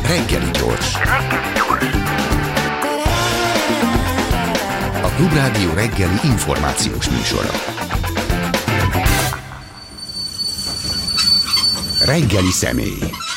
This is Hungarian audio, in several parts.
Reggeli gyors. A Klubrádió reggeli információs műsora. Reggeli személy.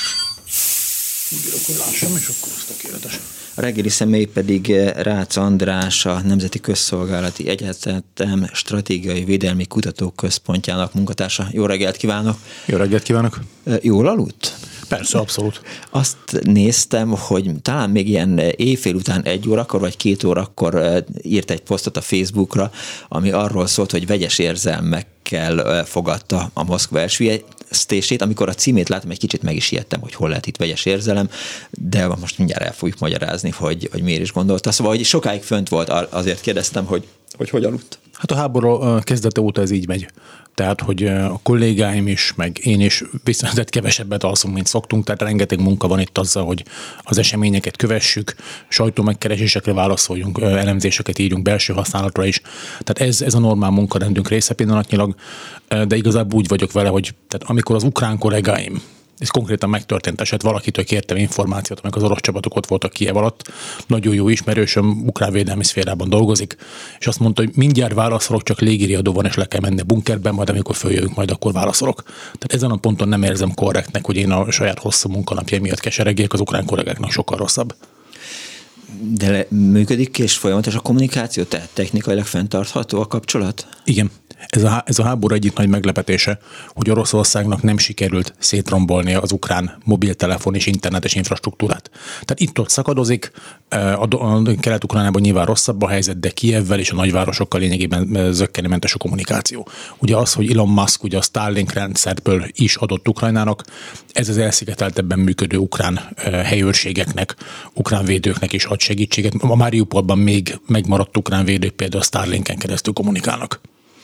A reggeli személy pedig Rácz András, a Nemzeti Közszolgálati Egyetem Stratégiai Védelmi Kutatóközpontjának munkatársa. Jó reggelt kívánok! Jó reggelt kívánok! Jól aludt? Persze, abszolút. Azt néztem, hogy talán még ilyen éjfél után 1 órakor vagy 2 órakor írt egy posztot a Facebookra, ami arról szólt, hogy vegyes érzelmekkel fogadta a Moszkva elsüllyesztését. Amikor a címét látom, egy kicsit meg is ijedtem, hogy hol lehet itt vegyes érzelem, de most mindjárt el fogjuk magyarázni, hogy miért is gondolta. Szóval, hogy sokáig fönt volt, azért kérdeztem, hogy aludt. Hát a háború kezdete óta ez így megy. Tehát, hogy a kollégáim is, meg én is viszont kevesebbet alszunk, mint szoktunk, tehát rengeteg munka van itt azzal, hogy az eseményeket kövessük, sajtómegkeresésekre válaszoljunk, elemzéseket írjunk belső használatra is. Tehát ez a normál munkarendünk része pillanatnyilag, de igazából úgy vagyok vele, hogy tehát amikor az ukrán kollégáim, ez konkrétan megtörtént eset, valakitől kértem információt, amikor az orosz csapatok ott voltak Kijev alatt, nagyon jó ismerősöm, ukrán védelmi szférában dolgozik, és azt mondta, hogy mindjárt válaszolok, csak légiriadó van, és le kell menni a bunkerben, majd amikor följövünk, majd akkor válaszolok. Tehát ezen a ponton nem érzem korrektnek, hogy én a saját hosszú munkanapja miatt keseregjek, az ukrán kollégáknak sokkal rosszabb. De működik és folyamatos a kommunikáció, tehát technikailag fenntartható a kapcsolat? Igen. Ez a háború egyik nagy meglepetése, hogy Oroszországnak nem sikerült szétrombolni az ukrán mobiltelefon és internetes infrastruktúrát. Tehát itt-ott szakadozik, a Kelet-Ukrajnában nyilván rosszabb a helyzet, de Kijevvel és a nagyvárosokkal lényegében zökkenőmentes a kommunikáció. Ugye az, hogy Elon Musk ugye a Starlink rendszerből is adott Ukrajnának, ez az elszigeteltebben működő ukrán helyőrségeknek, ukrán védőknek is ad segítséget. A Mariupolban még megmaradt ukrán védők például a Starlinken keresztül kommunikálnak.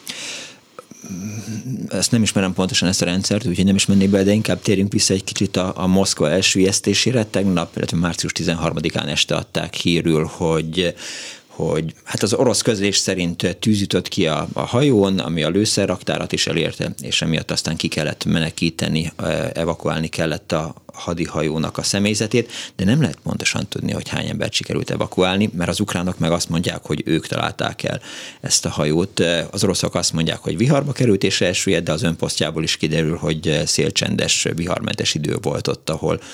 Ezt nem ismerem pontosan, ezt a rendszert, úgyhogy nem is mennék be, de inkább térjünk vissza egy kicsit a Moszkva elsüllyesztésére. Tegnap, illetve március 13-án este adták hírül, hogy hát az orosz közlés szerint tűz ütött ki a hajón, ami a lőszerraktárat is elérte, és emiatt aztán ki kellett menekíteni, evakuálni kellett a hadihajónak a személyzetét, de nem lehet pontosan tudni, hogy hány embert sikerült evakuálni, mert az ukránok meg azt mondják, hogy ők találták el ezt a hajót. Az oroszok azt mondják, hogy viharba került és elsüllyedt, de az önposztjából is kiderül, hogy szélcsendes, viharmentes idő volt ott,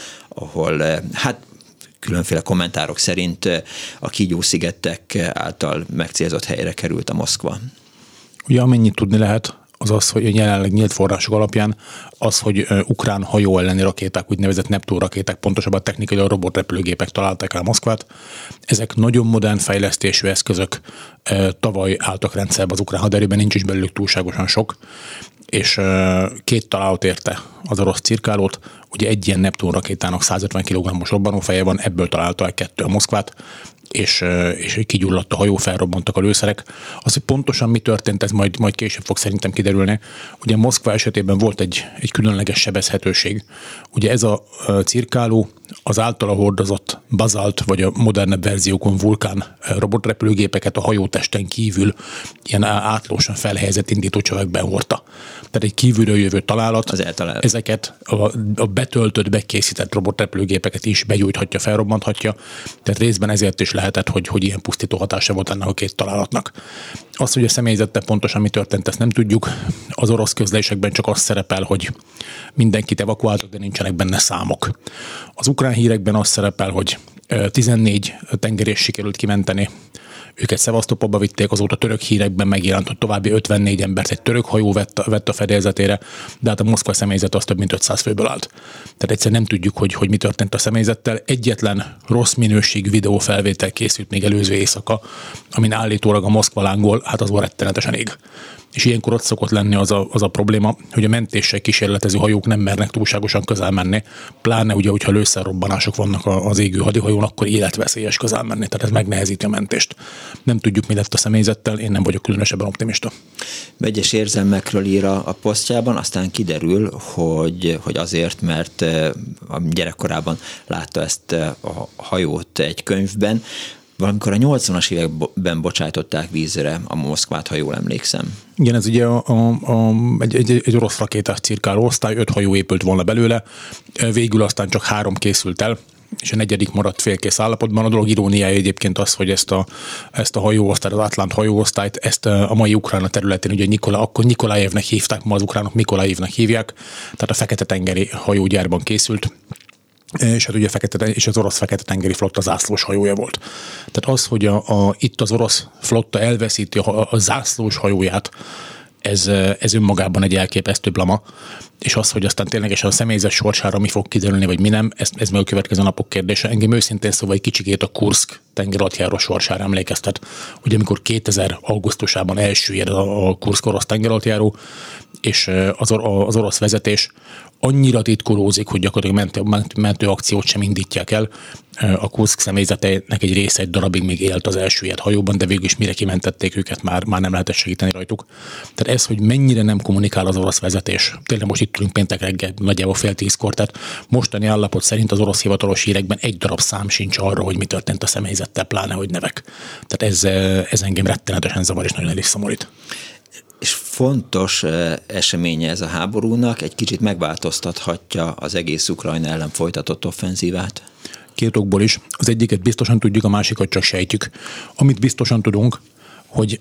ahol hát különféle kommentárok szerint a Kígyó-szigetek által megcélzott helyre került a Moszkva. Ugye amennyit tudni lehet, az, hogy jelenleg nyílt források alapján az, hogy ukrán hajó elleni rakéták, úgynevezett Neptun rakéták, pontosabban technikailag robotrepülőgépek találták el Moszkvát. Ezek nagyon modern fejlesztésű eszközök, tavaly álltak rendszerbe az ukrán haderőben, nincs is belőlük túlságosan sok, és 2 találat érte az orosz cirkálót. Ugye egy ilyen Neptun rakétának 150 kg-os robbanófeje van, ebből találta el 2 a Moszkvát, és kigyulladt a hajó, felrobbantak a lőszerek. Az, hogy pontosan mi történt, ez majd később fog szerintem kiderülni. Ugye Moszkva esetében volt egy különleges sebezhetőség. Ugye ez a cirkáló az általa hordozott Bazalt, vagy a modernebb verziókon Vulkán robotrepülőgépeket a hajótesten kívül ilyen átlósan felhelyezett indítócsövekben hordta. Tehát egy kívülről jövő találat ezeket a betöltött, bekészített robotrepülőgépeket is begyújthatja, felrobbanthatja. Tehát részben ezért is lehetett, hogy ilyen pusztító hatása volt ennek a 2 találatnak. Az, hogy a személyzettel pontosan mi történt, ezt nem tudjuk. Az orosz közlésekben csak az szerepel, hogy mindenkit evakuáltak, de nincsenek benne számok. Az ukrán hírekben az szerepel, hogy 14 tengerész sikerült kimenteni, őket Szevasztopolba vitték, azóta török hírekben megjelent, hogy további 54 embert egy török hajó vett a fedélzetére, de hát a Moszkva személyzet az több mint 500 főből állt. Tehát egyszerűen nem tudjuk, hogy mi történt a személyzettel. Egyetlen rossz minőségű videófelvétel készült még előző éjszaka, amin állítólag a Moszkva lángol, hát az volt rettenetesen ég. És ilyenkor ott szokott lenni az a probléma, hogy a mentéssel kísérletező hajók nem mernek túlságosan közel menni, pláne ugye, hogyha lőszerrobbanások vannak az égő hadihajón, akkor életveszélyes közel menni, tehát ez megnehezíti a mentést. Nem tudjuk, mi lett a személyzettel, én nem vagyok különösebben optimista. Vegyes érzelmekről ír a posztjában, aztán kiderül, hogy azért, mert a gyerekkorában látta ezt a hajót egy könyvben, valamikor a 80-as években bocsájtották vízre a Moszkvát, ha jól emlékszem. Igen, ez ugye egy orosz rakétás cirkáló osztály, 5 hajó épült volna belőle, végül aztán csak 3 készült el, és a negyedik maradt félkész állapotban. A dolog iróniája egyébként az, hogy ezt a hajóosztályt, az Atlant hajóosztályt, ezt a mai Ukrajna területén, ugye akkor Nikolájevnek hívták, ma az ukránok Mikolajevnek hívják, tehát a Fekete-tengeri hajógyárban készült, és hát ugye és az orosz Fekete-tengeri flotta zászlós hajója volt. Tehát az, hogy itt az orosz flotta elveszíti a zászlós hajóját, ez önmagában egy elképesztő blama, és az, hogy aztán ténylegesen a személyzet sorsára mi fog kiderülni, vagy mi nem, ez meg a következő napok kérdése. Engem őszintén szóval egy kicsikét a Kurszk tengeralattjáró sorsára emlékeztet, ugye amikor 2000 augusztusában elsüllyed a Kurszk orosz tengeralattjáró, és az orosz vezetés annyira titkolózik, hogy gyakorlatilag mentőakciót sem indítják el. A Kurszk személyzetének egy része egy darabig még élt az elsüllyedt hajóban, de végül is mire kimentették őket, már nem lehetett segíteni rajtuk. Tehát ez, hogy mennyire nem kommunikál az orosz vezetés. Tényleg most itt tudunk péntek reggel, nagyjából 9:30, tehát mostani állapot szerint az orosz hivatalos hírekben egy darab szám sincs arra, hogy mi történt a személyzettel, pláne hogy nevek. Tehát ez engem rettenetesen zavar és nagyon el is szomorít. És fontos eseménye ez a háborúnak, egy kicsit megváltoztathatja az egész Ukrajna ellen folytatott offenzívát? Két okból is. Az egyiket biztosan tudjuk, a másikat csak sejtjük. Amit biztosan tudunk, hogy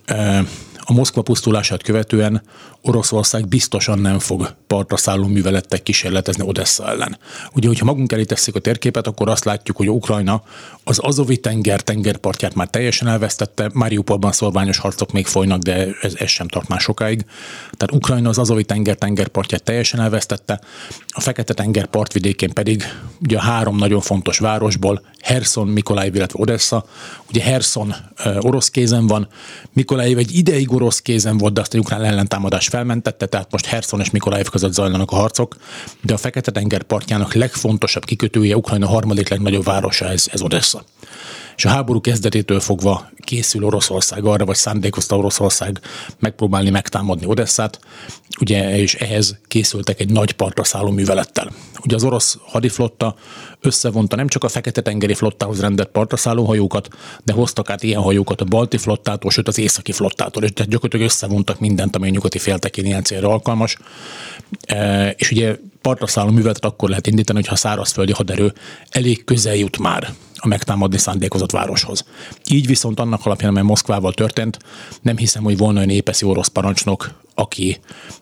a Moszkva pusztulását követően Oroszország biztosan nem fog partra szálló művelettel kísérletezni Odessa ellen. Ugye, hogyha magunk elé tesszük a térképet, akkor azt látjuk, hogy Ukrajna az Azovi tengerpartját már teljesen elvesztette, Mariupolban szorványos harcok még folynak, de ez sem tart már sokáig. Tehát Ukrajna az Azovi tengerpartját teljesen elvesztette, a Fekete-tenger partvidékén pedig ugye a három nagyon fontos városból, Herson, Mikolajiv, illetve Odessa. Ugye Herson orosz kézen van, Mikolajiv egy ideig orosz kézen volt, de azt a ukrán ellentámadás felmentette, tehát most Herson és Mikolajiv között zajlanak a harcok, de a Fekete-tenger partjának legfontosabb kikötője, Ukrajna harmadik legnagyobb városa, ez Odessa. És a háború kezdetétől fogva készül Oroszország arra, vagy szándékozta Oroszország megpróbálni megtámadni Odesszát, ugye, és ehhez készültek egy nagy partra szálló művelettel. Ugye az orosz hadiflotta összevonta nem csak a Fekete-tengeri flottához rendelt partra szálló hajókat, de hoztak át ilyen hajókat a balti flottától, sőt az északi flottától, és tehát gyakorlatilag összevontak mindent, ami a nyugati féltekén ilyen célra alkalmas. És ugye partra szálló műveletet akkor lehet indítani, hogyha a szárazföldi haderő elég közel jut már a megtámadni szándékozott városhoz. Így viszont annak alapján, amely Moszkvával történt, nem hiszem, hogy volna olyan épeszi orosz parancsnok, aki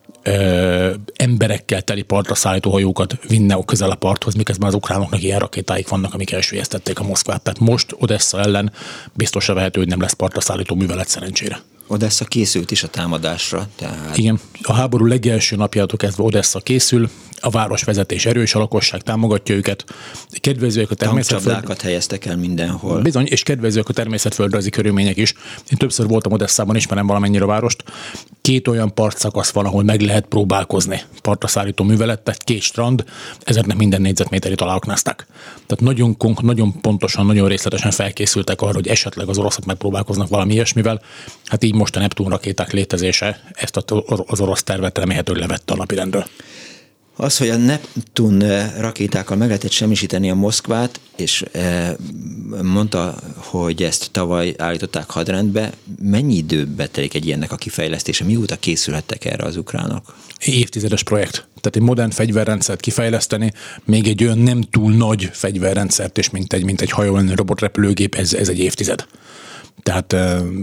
emberekkel teli partra szállító hajókat vinne közel a parthoz, miközben az ukránoknak ilyen rakétáik vannak, amik elsüllyesztették a Moszkvát. Tehát most Odessa ellen biztosra vehető, hogy nem lesz partra szállító művelet szerencsére. Odessa készült is a támadásra. Tehát... Igen, a háború legelső napjától kezdve Odessa készül, a városvezetés erős, a lakosság támogatja őket. Kedvezőek a tankcsapdákat helyeztek el mindenhol. Bizony, és kedvezőek a természetföldrajzi körülmények is. Én többször voltam Odesszában, ismerem valamennyire a várost. 2 olyan partszakasz van, ahol meg lehet próbálkozni partra szállító művelettel, 2 strand, ezeknek minden négyzetméterét alaknázták. Tehát nagyon pontosan, nagyon részletesen felkészültek arra, hogy esetleg az oroszok megpróbálkoznak valami ilyesmivel. Hát így most a Neptun rakéták létezése ezt az orosz tervet remélhetőleg levette a napirendről. Az, hogy a Neptun rakétákkal meg lehetett semmisíteni a Moszkvát, és mondta, hogy ezt tavaly állították hadrendbe, mennyi időbe telik egy ilyennek a kifejlesztése? Mióta készülhettek erre az ukránok? Évtizedes projekt. Tehát egy modern fegyverrendszert kifejleszteni, még egy olyan nem túl nagy fegyverrendszert, és mint egy hajóellenő robotrepülőgép, ez egy évtized. Tehát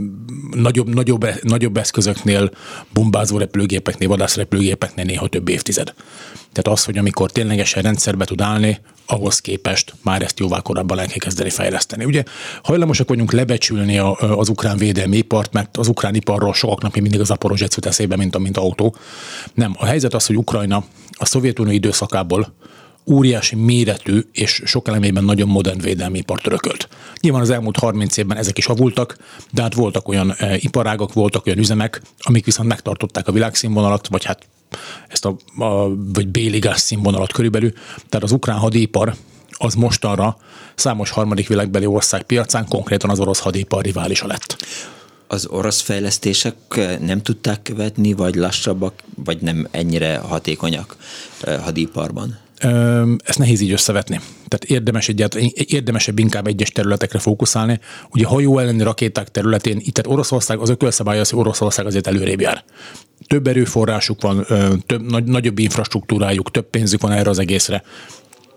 nagyobb eszközöknél, bombázó repülőgépeknél, vadászrepülőgépeknél néha több évtized. Tehát az, hogy amikor ténylegesen rendszerbe tud állni, ahhoz képest már ezt jóval korábban el kell kezdeni fejleszteni. Ugye hajlamosak vagyunk lebecsülni az ukrán védelmi ipart, mert az ukrán iparról sokaknak még mindig az Zaporozhye jut eszébe, mint autó. Nem, a helyzet az, hogy Ukrajna a Szovjetunió időszakából óriási méretű és sok elemében nagyon modern védelmi ipart örökölt. Nyilván az elmúlt 30 évben ezek is avultak, de hát voltak olyan iparágak, voltak olyan üzemek, amik viszont megtartották a világszínvonalat, vagy hát ezt vagy béligás színvonalat körülbelül. Tehát az ukrán hadipar az mostanra számos harmadik világbeli ország piacán konkrétan az orosz hadipar riválisa lett. Az orosz fejlesztések nem tudták követni, vagy lassabbak, vagy nem ennyire hatékonyak hadiparban? Ezt nehéz így összevetni. Tehát érdemesebb inkább egyes területekre fókuszálni. Ugye hajó elleni rakéták területén, itt Oroszország, az ökölszabály az, hogy Oroszország azért előrébb jár. Több erőforrásuk van, nagyobb infrastruktúrájuk, több pénzük van erre az egészre.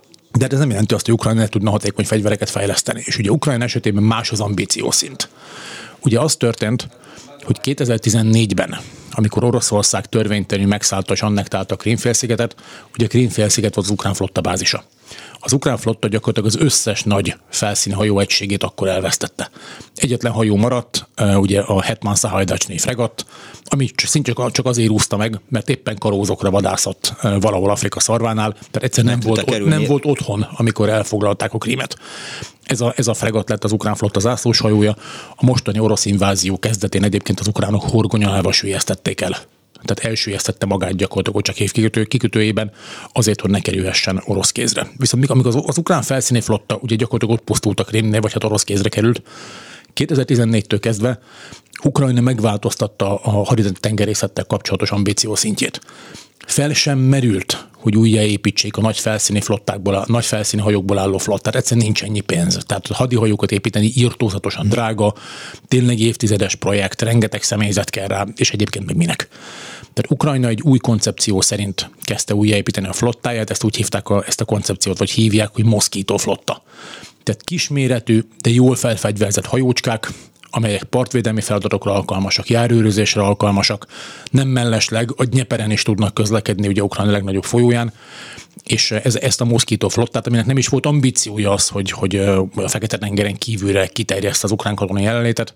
De ez nem jelenti azt, hogy Ukrajna ne tudna hatékony fegyvereket fejleszteni. És ugye Ukrajna esetében más az ambíciószint. Ugye az történt, hogy 2014-ben, amikor Oroszország törvénytelenül megszállta és annektálta a Krím-félszigetet, ugye a Krím-félsziget volt az ukrán flotta bázisa. Az ukrán flotta gyakorlatilag az összes nagy felszíni hajó egységét akkor elvesztette. Egyetlen hajó maradt, ugye a Hetman Szahajdacnyi fregatt, ami szinte csak azért úszta meg, mert éppen karózokra vadászott valahol Afrika szarvánál, tehát egyszerűen nem volt otthon, amikor elfoglalták a Krímet. Ez a fregatt lett az ukrán flotta zászlós hajója. A mostani orosz invázió kezdetén egyébként az ukránok horgonyalával süllyesztették el. Tehát elsüllyesztette magát gyakorlatilag csak kikötőjében azért, hogy ne kerülhessen orosz kézre. Viszont amikor az ukrán felszíni flotta ugye gyakorlatilag ott pusztult a Krímnél, vagy hát orosz kézre került, 2014-től kezdve Ukrajna megváltoztatta a haditengerészettel tengerészettel kapcsolatos ambíció szintjét. Fel sem merült, hogy újjáépítsék a nagy felszíni flottákból, a nagy felszíni hajókból álló flottát. Egyszerűen nincs ennyi pénz. Tehát a hadihajókat építeni irtózatosan drága, tényleg évtizedes projekt, rengeteg személyzet kell rá, és egyébként meg minek. Tehát Ukrajna egy új koncepció szerint kezdte újjáépíteni a flottáját, ezt úgy hívták ezt a koncepciót, vagy hívják, hogy Moszkító flotta. Tehát kisméretű, de jól felfegyverzett hajócskák, amelyek partvédelmi feladatokra alkalmasak, járőrözésre alkalmasak, nem mellesleg a Dnyeperen is tudnak közlekedni, ugye Ukrajna legnagyobb folyóján, és ezt a Moszkító flottát, aminek nem is volt ambíciója az, hogy a Fekete-tengeren kívülre kiterjeszt az ukrán katonai jelenlétet,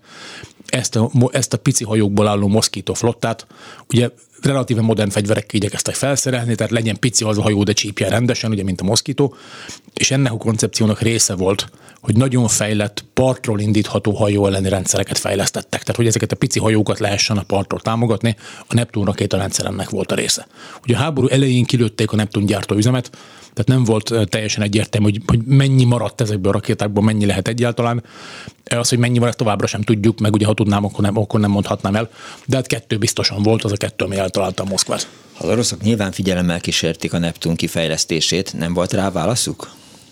ezt a pici hajókból álló Moszkító flottát, ugye relatíve modern fegyverekkel igyekeztek felszerelni, tehát legyen pici az a hajó, de csípjen rendesen, ugye, mint a Moszkító, és ennek a koncepciónak része volt, hogy nagyon fejlett, partról indítható hajó elleni rendszereket fejlesztettek. Tehát, hogy ezeket a pici hajókat lehessen a partról támogatni, a Neptun rakétarendszer ennek volt a része. Ugye a háború elején kilőtték a Neptun gyártóüzemet, tehát nem volt teljesen egyértelmű, hogy mennyi maradt ezekből a rakétákból, mennyi lehet egyáltalán. Az, hogy mennyi maradt, továbbra sem tudjuk, meg ugye ha tudnám, akkor nem mondhatnám el. De hát 2 biztosan volt, az a 2, ami eltalálta a Moszkvát. Az oroszok nyilván figyelemmel kísérték a Neptun kifejlesztését, nem volt rá válaszuk?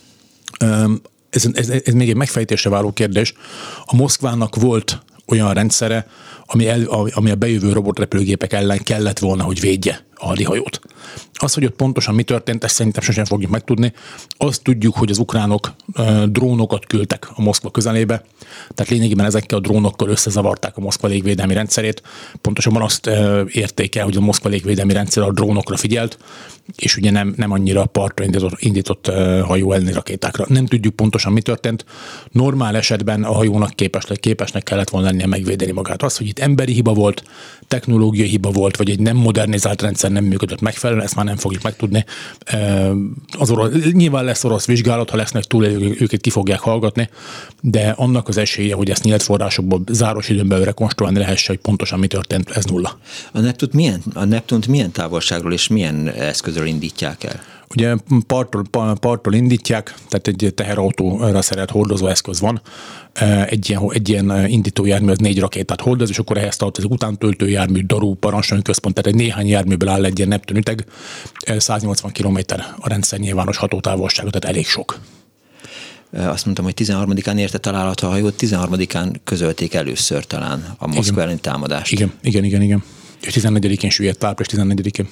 Ez még egy megfejtésre váló kérdés. A Moszkvának volt olyan rendszere, ami a bejövő robotrepülőgépek ellen kellett volna, hogy védje a hadihajót. Az, hogy ott pontosan mi történt, ezt szerintem sosem fogjuk megtudni. Azt tudjuk, hogy az ukránok drónokat küldtek a Moszkva közelébe, tehát lényegében ezekkel a drónokkal összezavarták a Moszkva légvédelmi rendszerét. Pontosabban azt érték el, hogy a Moszkva légvédelmi rendszer a drónokra figyelt, és ugye nem annyira a partra indított hajó elleni rakétákra. Nem tudjuk pontosan, mi történt. Normál esetben a hajónak képesnek kellett volna lennie megvédeni magát. Az, hogy itt emberi hiba volt, technológiai hiba volt, vagy egy nem modernizált rendszer nem működött megfelelően, ezt már nem fogjuk megtudni. Nyilván lesz orosz vizsgálat, ha lesznek túlélők, őket ki fogják hallgatni, de annak az esélye, hogy ezt nyílt forrásokból záros időn belül rekonstruálni lehessen, hogy pontosan mi történt, ez nulla. A Neptunt milyen távolságról és milyen eszközről indítják el? Ugye partról indítják, tehát egy teherautóra szerelt hordozóeszköz van, egy ilyen indítójármű, az 4 rakétát hordoz, és akkor ehhez tartozik utántöltőjármű, darú, parancsnokni központ, tehát egy néhány járműből áll egy ilyen Neptun üteg, 180 km a rendszer nyilvános hatótávolsága, tehát elég sok. Azt mondtam, hogy 13-án érte található a hajót, 13-án közölték először talán a Moszkva elleni támadást. Igen. És 14-én süllyedt, április 14-én.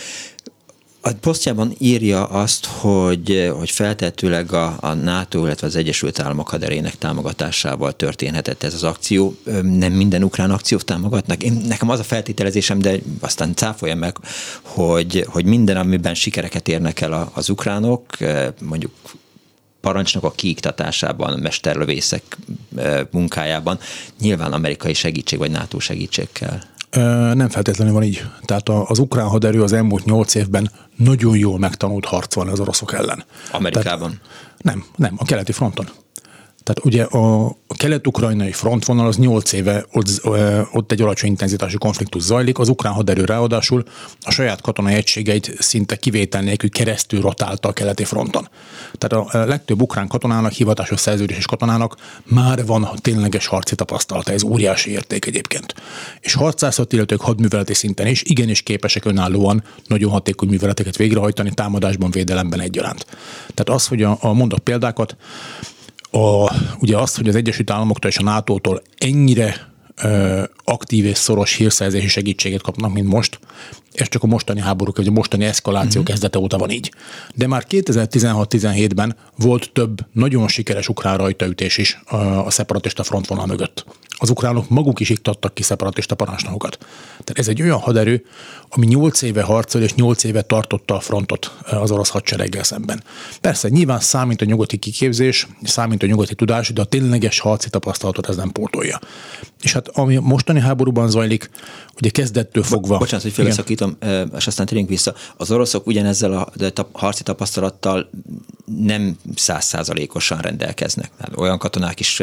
A posztjában írja azt, hogy feltehetőleg a NATO, illetve az Egyesült Államok haderének támogatásával történhetett ez az akció. Nem minden ukrán akciót támogatnak. Nekem az a feltételezésem, de aztán cáfolja meg, hogy minden, amiben sikereket érnek el az ukránok, mondjuk parancsnokok kiiktatásában, mesterlövészek munkájában, nyilván amerikai segítség vagy NATO segítség kell. Nem feltétlenül van így. Tehát az ukrán haderő az elmúlt 8 évben nagyon jól megtanult harcolni az oroszok ellen. Amerikában? Tehát, nem, a keleti fronton. Tehát ugye a kelet-ukrajnai frontvonal az 8 éve ott egy alacsony intenzitású konfliktus zajlik, az ukrán haderő ráadásul a saját katonai egységeit szinte kivétel nélkül keresztül rotálta a keleti fronton. Tehát a legtöbb ukrán katonának, hivatásos szerződéses katonának már van tényleges harci tapasztalata, ez óriási érték egyébként. És harcászat, illetve hadműveleti szinten is igenis képesek önállóan nagyon hatékony műveleteket végrehajtani, támadásban, védelemben egyaránt. Tehát az, hogy mondok példákat, ugye azt, hogy az Egyesült Államoktól és a NATO-tól ennyire aktív és szoros hírszerzési segítséget kapnak, mint most. Ez csak a mostani háborúk, vagy a mostani eszkaláció kezdete óta van így. De már 2016-17-ben volt több nagyon sikeres ukrán rajtaütés is a szeparatista frontvonal mögött. Az ukránok maguk is iktattak ki szeparatista parancsnokokat. Tehát ez egy olyan haderő, ami 8 éve harcol és 8 éve tartotta a frontot az orosz hadsereggel szemben. Persze, nyilván számít a nyugati kiképzés, számít a nyugati tudás, de a tényleges harci tapasztalatot ez nem pótolja. És hát ami mostani háborúban zajlik, ugye kezdettől fogva... Bocsánat, hogy félbeszakítom, és aztán térjünk vissza. Az oroszok ugyanezzel a harci tapasztalattal nem 100%-osan rendelkeznek. Olyan katonák is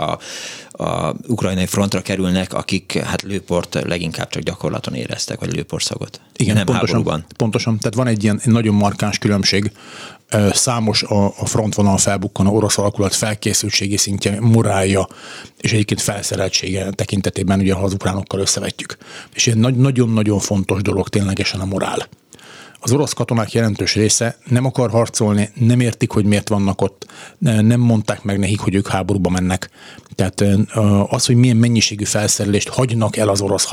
a ukrajnai frontra kerülnek, akik hát lőport leginkább csak gyakorlaton éreztek, vagy lőporszagot. Igen, nem pontosan, háborúban. Pontosan. Tehát van egy ilyen nagyon markáns különbség. Számos a frontvonal felbukkanó orosz alakulat felkészültségi szintje, morálja és egyébként felszereltsége tekintetében, ugye, ha az ukránokkal összevetjük. És egy nagyon-nagyon fontos dolog ténylegesen a morál. Az orosz katonák jelentős része nem akar harcolni, nem értik, hogy miért vannak ott, nem mondták meg nekik, hogy ők háborúba mennek. Tehát az, hogy milyen mennyiségű felszerelést hagynak el az orosz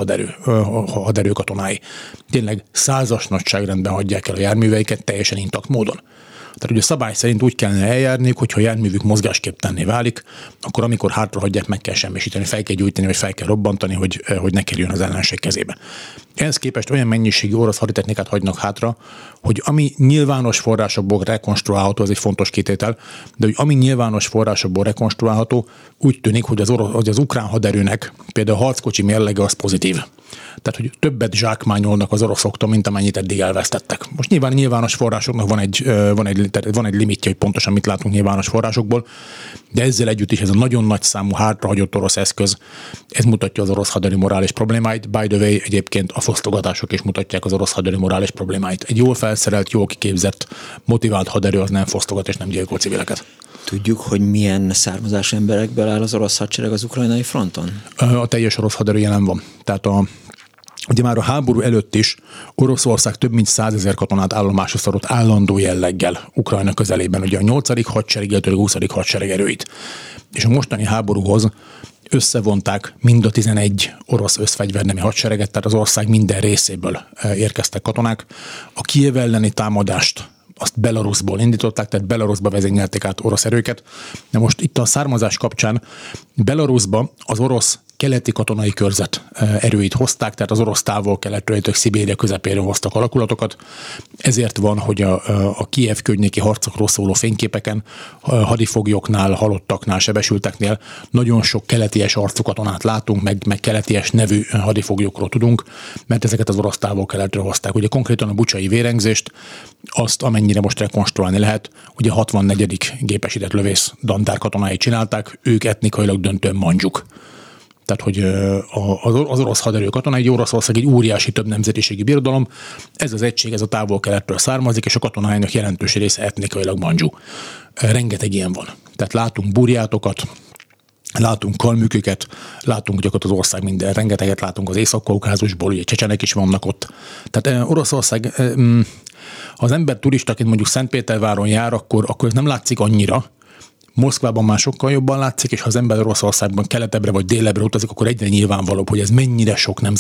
haderő katonái. Tényleg 100-as nagyságrendben hagyják el a járműveiket teljesen intakt módon. Tehát ugye szabály szerint úgy kellene eljárniuk, hogyha a járművük mozgásképtelenné válik, akkor amikor hátrahagyják, meg kell semmisíteni, fel kell gyújtani, vagy fel kell robbantani, hogy ne kerüljön az ellenség kezébe. Ehhez képest olyan mennyiségű orosz haditechnikát hagynak hátra, hogy ami nyilvános forrásokból rekonstruálható, az egy fontos kitétel, de hogy ami nyilvános forrásokból rekonstruálható, úgy tűnik, hogy az ukrán haderőnek például a harckocsi mérlege az pozitív. Tehát, hogy többet zsákmányolnak az oroszoktól, mint amennyit eddig elvesztettek. Most nyilvános forrásoknak van egy limitje, hogy pontosan mit látunk nyilvános forrásokból, de ezzel együtt is ez a nagyon nagy számú hátrahagyott orosz eszköz, ez mutatja az orosz haderő morális problémáit. By the way, egyébként a fosztogatások is mutatják az orosz haderő morális problémáit. Egy jól felszerelt, jól kiképzett, motivált haderő az nem fosztogat és nem gyilkol civileket. Tudjuk, hogy milyen származású emberekből áll az orosz hadsereg az ukrajnai fronton? A teljes orosz haderő jelen van. Tehát ugye már a háború előtt is Oroszország több mint 100 000 katonát állomásra szorott állandó jelleggel Ukrajna közelében, ugye a 8. hadsereg, illetve a 20. hadsereg erőit. És a mostani háborúhoz összevonták mind a 11 orosz összfegyvernemi hadsereget, tehát az ország minden részéből érkeztek katonák. A Kijev elleni támadást azt Belarusból indították, tehát Belarusba vezényelték át orosz erőket. De most itt a származás kapcsán Belarusba az orosz keleti katonai körzet erőit hozták, tehát az orosz távol-keletről, Szibéria közepéről hoztak alakulatokat. Ezért van, hogy a Kijev környéki harcokról szóló fényképeken, hadifoglyoknál, halottaknál, sebesülteknél nagyon sok keleties arcú katonát látunk, meg keleties nevű hadifoglyokról tudunk, mert ezeket az orosz távol-keletről hozták. Ugye konkrétan a bucsai vérengzést, azt amennyire most rekonstruálni lehet, ugye a 64. gépesített lövész dandár katonái csinálták, ők etnikailag döntően mandzsuk. Tehát, hogy az orosz haderő katonai, egy Oroszország egy óriási több nemzetiségi birodalom, ez az egység, ez a távol-keletről származik, és a katonáinak jelentős része etnikailag mandzsu. Rengeteg ilyen van. Tehát látunk burjátokat, látunk kalmüköket, látunk gyakorlatilag az ország minden, rengeteget látunk az Észak-Kaukázusból, ugye csecsenek is vannak ott. Tehát Oroszország, ha az ember turistaként mondjuk Szentpéterváron jár, akkor ez nem látszik annyira. Moszkvában már sokkal jobban látszik, és ha az ember Oroszországban keletebbre vagy délebbre utazik, akkor egyre nyilvánvalóbb, hogy ez mennyire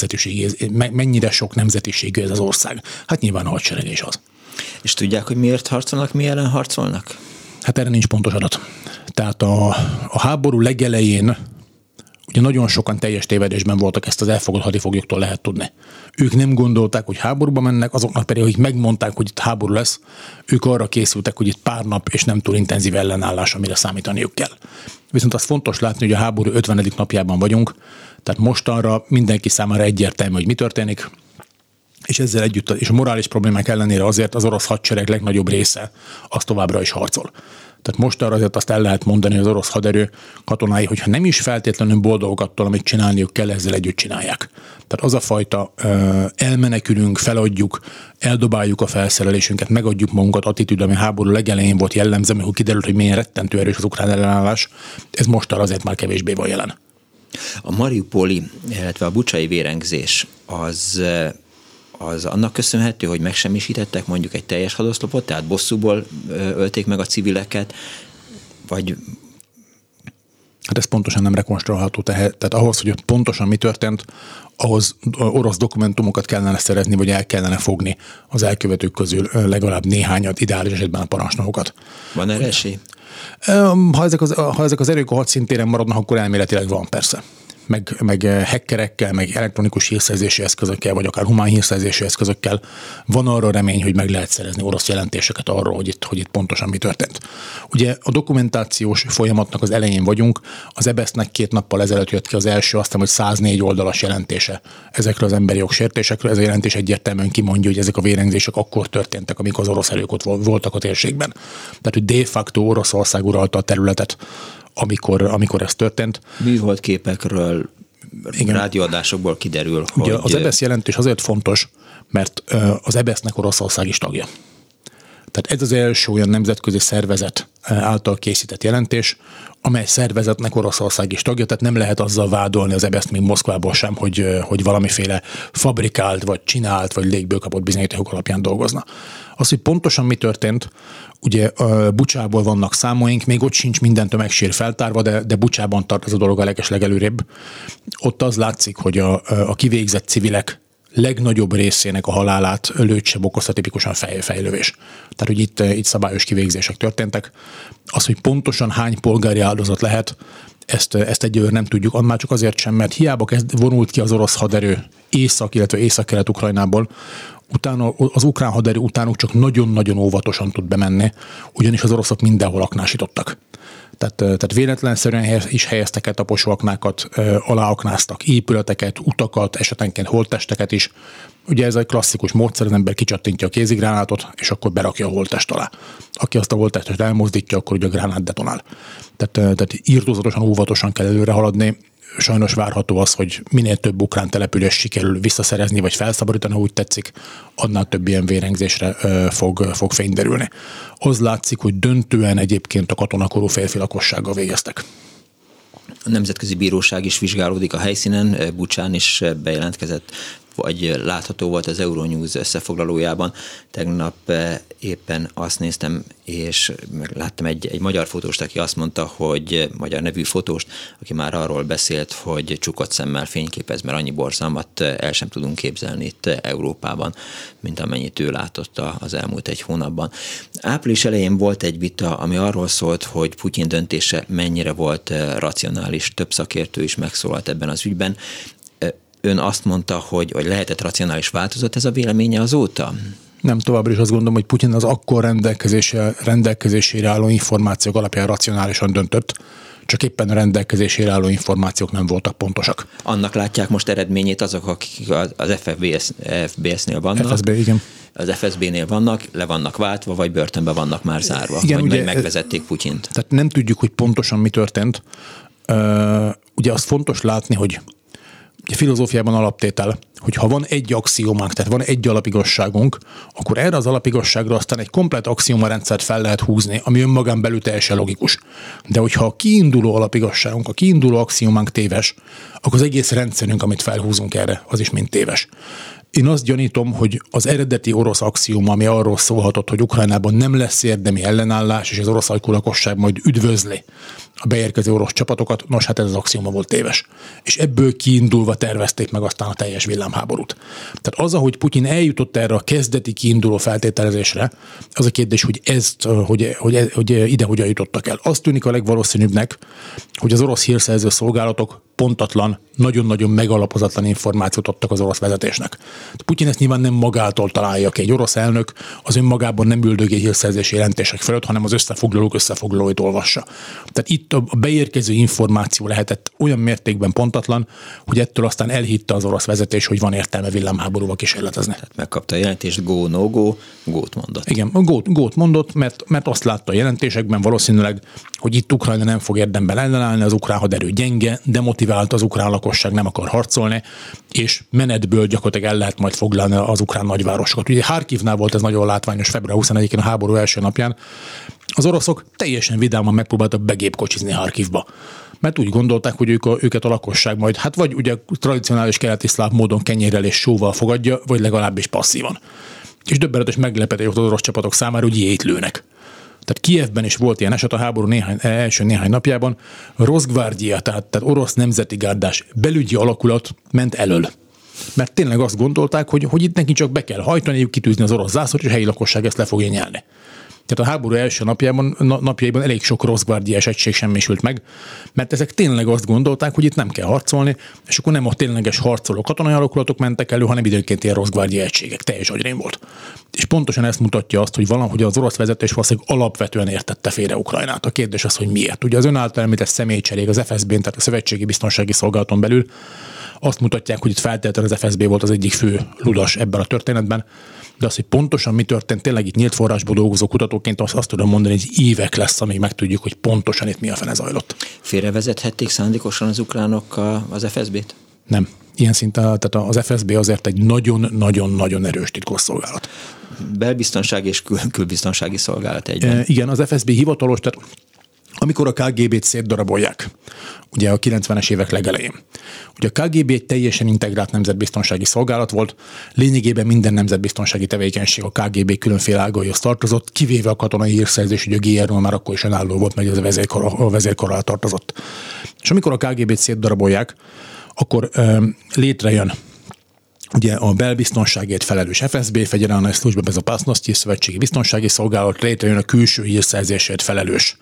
sok nemzetiségű ez az ország. Hát nyilván a hadsereg is az. És tudják, hogy miért harcolnak, mi ellen harcolnak? Hát erre nincs pontos adat. Tehát a háború legelején ugye nagyon sokan teljes tévedésben voltak, ezt az elfogott hadifoglyoktól lehet tudni. Ők nem gondolták, hogy háborúba mennek, azoknak pedig, akik megmondták, hogy itt háború lesz, ők arra készültek, hogy itt pár nap és nem túl intenzív ellenállás, amire számítaniuk kell. Viszont az fontos látni, hogy a háború 50. napjában vagyunk, tehát mostanra mindenki számára egyértelmű, hogy mi történik, és ezzel együtt, és a morális problémák ellenére azért az orosz hadsereg legnagyobb része az továbbra is harcol. Tehát most arra azért azt el lehet mondani, hogy az orosz haderő katonái, hogyha nem is feltétlenül boldogok attól, amit csinálniuk kell, ezzel együtt csinálják. Tehát az a fajta elmenekülünk, feladjuk, eldobáljuk a felszerelésünket, megadjuk magunkat attitűd, ami háború legelején volt jellemző, amikor kiderült, hogy milyen rettentő erős az ukrán ellenállás, ez most arra azért már kevésbé van jelen. A mariupoli, illetve a bucsai vérengzés az annak köszönhető, hogy megsemmisítettek mondjuk egy teljes hadoszlopot, tehát bosszúból ölték meg a civileket, vagy... Hát ez pontosan nem rekonstruálható, tehát ahhoz, hogy pontosan mi történt, ahhoz orosz dokumentumokat kellene szerezni, vagy el kellene fogni az elkövetők közül legalább néhányat, ideális esetben a parancsnokokat. Van erre esély? Ha ezek az erők a hadszintéren maradnak, akkor elméletileg van persze. Meg hackerekkel, meg elektronikus hírszerzési eszközökkel, vagy akár humán hírszerzési eszközökkel van arra remény, hogy meg lehet szerezni orosz jelentéseket arról, hogy itt pontosan mi történt. Ugye a dokumentációs folyamatnak az elején vagyunk, az EBESZ-nek 2 nappal ezelőtt jött ki az első, azt hiszem, hogy 104 oldalas jelentése ezekről az emberi jogsértésekről. Ez a jelentés egyértelműen kimondja, hogy ezek a vérengzések akkor történtek, amikor az orosz erők ott voltak a térségben. Tehát, hogy de facto Oroszország uralta a területet, amikor ez történt. Műhold képekről, rádióadásokból kiderül, hogy... Ugye az EBESZ jelentés azért fontos, mert az EBESZ-nek Oroszország is tagja. Tehát ez az első olyan nemzetközi szervezet által készített jelentés, amely szervezetnek Oroszország is tagja, tehát nem lehet azzal vádolni az EBESZ-t még Moszkvából sem, hogy valamiféle fabrikált, vagy csinált, vagy légből kapott bizonyítékok alapján dolgozna. Az, hogy pontosan mi történt, ugye Bucsából vannak számoink, még ott sincs minden tömegsír feltárva, de Bucsában tart ez a dolog a legelőrébb. Ott az látszik, hogy a kivégzett civilek legnagyobb részének a halálát lőtsebb okozta tipikusan fejlövés. Tehát, hogy itt szabályos kivégzések történtek. Az, hogy pontosan hány polgári áldozat lehet, ezt egyelőre nem tudjuk, annál csak azért sem, mert hiába vonult ki az orosz haderő illetve észak-kelet-Ukrajnából, utána az ukrán haderő utánuk csak nagyon-nagyon óvatosan tud bemenni, ugyanis az oroszok mindenhol aknásítottak. Tehát véletlenszerűen is helyeztek el taposóaknákat, aláaknáztak épületeket, utakat, esetenként holttesteket is. Ugye ez egy klasszikus módszer, az ember kicsattintja a kézigránátot, és akkor berakja a holttest alá. Aki azt a holttestet elmozdítja, akkor ugye a gránát detonál. Tehát irtózatosan, óvatosan kell előre haladni. Sajnos várható az, hogy minél több ukrán település sikerül visszaszerezni, vagy felszabadítani, ha úgy tetszik, annál több ilyen vérengzésre fog fény derülni. Az látszik, hogy döntően egyébként a katonakorú férfi lakossággal végeztek. A Nemzetközi Bíróság is vizsgálódik a helyszínen, Bucsán is bejelentkezett, vagy látható volt az Euronews összefoglalójában. Tegnap éppen azt néztem, és láttam egy magyar fotóst, aki azt mondta, hogy magyar nevű fotóst, aki már arról beszélt, hogy csukott szemmel fényképez, mert annyi borzalmat el sem tudunk képzelni itt Európában, mint amennyit ő látott az elmúlt 1 hónapban. Április elején volt egy vita, ami arról szólt, hogy Putyin döntése mennyire volt racionális, több szakértő is megszólalt ebben az ügyben. Ön azt mondta, hogy lehetett racionális, változott ez a véleménye azóta? Nem, továbbra is azt gondolom, hogy Putyin az akkor rendelkezésére álló információk alapján racionálisan döntött, csak éppen a rendelkezésére álló információk nem voltak pontosak. Annak látják most eredményét azok, akik az FSB-nél vannak. FSB, igen. Az FSB-nél vannak, le vannak váltva, vagy börtönbe vannak már zárva, igen, vagy ugye, megvezették Putyint. Tehát nem tudjuk, hogy pontosan mi történt. Ugye az fontos látni, hogy a filozófiában alaptétel, hogy ha van egy axiómánk, tehát van egy alapigazságunk, akkor erre az alapigazságra aztán egy komplett axiómarendszert fel lehet húzni, ami önmagán belül teljesen logikus. De hogyha a kiinduló alapigazságunk, a kiinduló axiómánk téves, akkor az egész rendszerünk, amit felhúzunk erre, az is mind téves. Én azt gyanítom, hogy az eredeti orosz axióma, ami arról szólhatott, hogy Ukrajnában nem lesz érdemi ellenállás, és az orosz ajkú lakosság majd üdvözli a beérkező orosz csapatokat, nos, hát ez az axióma volt téves. És ebből kiindulva tervezték meg aztán a teljes villámháborút. Tehát az, ahogy Putyin eljutott erre a kezdeti kiinduló feltételezésre, az a kérdés, hogy ide hogyan jutottak el. Azt tűnik a legvalószínűbbnek, hogy az orosz hírszerző szolgálatok pontatlan, nagyon-nagyon megalapozatlan információt adtak az orosz vezetésnek. Putyin ezt nyilván nem magától találja ki. Egy orosz elnök az önmagában nem üldögél hírszerzési jelentések felett, hanem az összefoglalóit olvassa. Tehát itt a beérkező információ lehetett olyan mértékben pontatlan, hogy ettől aztán elhitte az orosz vezetés, hogy van értelme villámháborúval kísérletezni. Tehát megkapta a jelentést, go, no go, gót mondott. Igen, gót mondott, mert azt látta a jelentésekben valószínűleg, hogy itt Ukrajna nem fog érdemben ellenállni, az ukrán haderő gyenge, demotivált, az ukrán lakosság nem akar harcolni, és menetből gyakorlatilag el lehet majd foglalni az ukrán nagyvárosokat. Ugye Harkivnál volt ez nagyon látványos február 21-én a háború első napján. Az oroszok teljesen vidáman megpróbáltak begépkocsizni Harkivba. Mert úgy gondolták, hogy őket a lakosság majd, hát vagy ugye tradicionális keleti szláv módon kenyérrel és sóval fogadja, vagy legalábbis passzívan. És döbbenetes meglepetés az orosz csapatok számára, hogy ilyet lőnek. Tehát Kijevben is volt ilyen eset a háború első néhány napjában. Rosgvardija, tehát orosz nemzeti gárdás belügyi alakulat ment elől. Mert tényleg azt gondolták, hogy itt neki csak be kell hajtani, kitűzni az orosz zászlót, és a helyi lakosság ezt le fogja nyelni. Tehát a háború első napjaiban elég sok rosgvardiás egység semmisült meg, mert ezek tényleg azt gondolták, hogy itt nem kell harcolni, és akkor nem a tényleges harcoló katonai alakulatok mentek elő, hanem időnként ilyen rosgvardia egységek. Teljes agyrém volt. És pontosan ezt mutatja azt, hogy valahogy az orosz vezetés valószínűleg alapvetően értette félre Ukrajnát. A kérdés az, hogy miért. Ugye az ön által említett személycserék az FSB-n, tehát a Szövetségi Biztonsági Szolgálaton belül azt mutatják, hogy itt feltétlenül az FSB volt az egyik fő ludas ebben a történetben, de az, hogy pontosan mi történt, tényleg itt nyílt forrásból dolgozó kutatóként azt tudom mondani, hogy évek lesz, amíg megtudjuk, hogy pontosan itt mi a fene zajlott. Félrevezethették szándékosan az ukránok az FSB-t? Nem. Ilyen szinten, tehát az FSB azért egy nagyon-nagyon-nagyon erős titkosszolgálat. Belbiztonsági és külbiztonsági szolgálat egyben. Igen, az FSB hivatalos, tehát amikor a KGB-t szétdarabolják, ugye a 90-es évek legelején. Ugye a KGB egy teljesen integrált nemzetbiztonsági szolgálat volt, lényegében minden nemzetbiztonsági tevékenység a KGB különféle ágaihoz tartozott, kivéve a katonai hírszerzés, ugye a GRU már akkor is önálló volt, mert ez a vezérkar alá tartozott. És amikor a KGB-t szétdarabolják, akkor létrejön ugye a belbiztonságért felelős FSB, Federálna Služba bezopasnosti, Szövetségi Biztonsági Szolgálat, létrejön a külső hírszerzésért felelős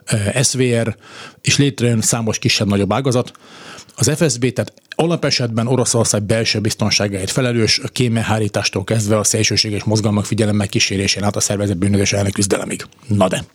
SVR, és létrejön számos kisebb-nagyobb ágazat. Az FSB, tehát alapesetben Oroszország belső biztonságáért felelős, a kémmelhárítástól kezdve a szélsőséges mozgalmak figyelemmel kísérésén át a szervezett bűnözés elleni küzdelemig. Na de.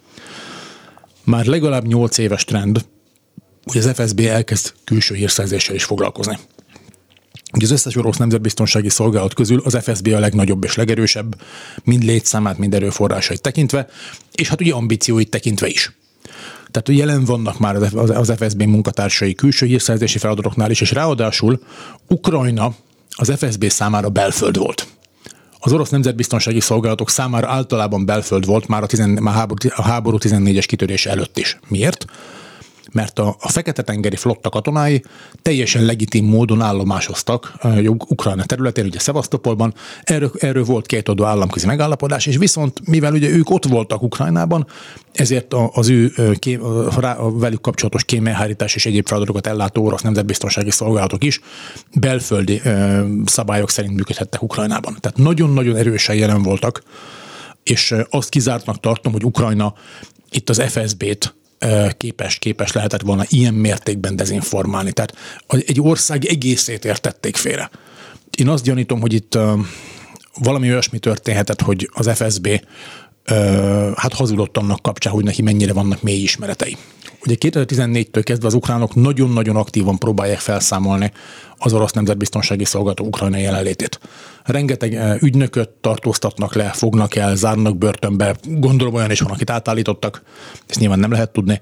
Már legalább 8 éves trend, hogy az FSB elkezd külső hírszerzéssel is foglalkozni. Ugye az összes orosz nemzetbiztonsági szolgálat közül az FSB a legnagyobb és legerősebb, mind létszámát, mind erőforrásait tekintve, és hát ugye ambícióit tekintve is. Tehát jelen vannak már az FSB munkatársai külső hírszerzési feladatoknál is, és ráadásul Ukrajna az FSB számára belföld volt. Az orosz nemzetbiztonsági szolgálatok számára általában belföld volt már a háború 14-es kitörése előtt is. Miért? Mert a Fekete-tengeri flotta katonái teljesen legitim módon állomásoztak Ukrajna területén, ugye Szevasztopolban, erről volt kétoldalú államközi megállapodás, és viszont mivel ugye ők ott voltak Ukrajnában, ezért az ő velük kapcsolatos kémelhárítás és egyéb feladatokat ellátó orosz nemzetbiztonsági szolgálatok is belföldi szabályok szerint működhettek Ukrajnában. Tehát nagyon-nagyon erősen jelen voltak, és azt kizártnak tartom, hogy Ukrajna itt az FSB-t képes lehetett volna ilyen mértékben dezinformálni. Tehát egy ország egészét értették félre. Én azt gyanítom, hogy itt valami olyasmi történhetett, hogy az FSB hazudott annak kapcsán, hogy neki mennyire vannak mély ismeretei. Ugye 2014-től kezdve az ukránok nagyon-nagyon aktívan próbálják felszámolni az orosz nemzetbiztonsági szolgálat ukrajnai jelenlétét. Rengeteg ügynököt tartóztatnak le, fognak el, zárnak börtönbe, gondolom olyan is van, akit átállítottak, ezt nyilván nem lehet tudni,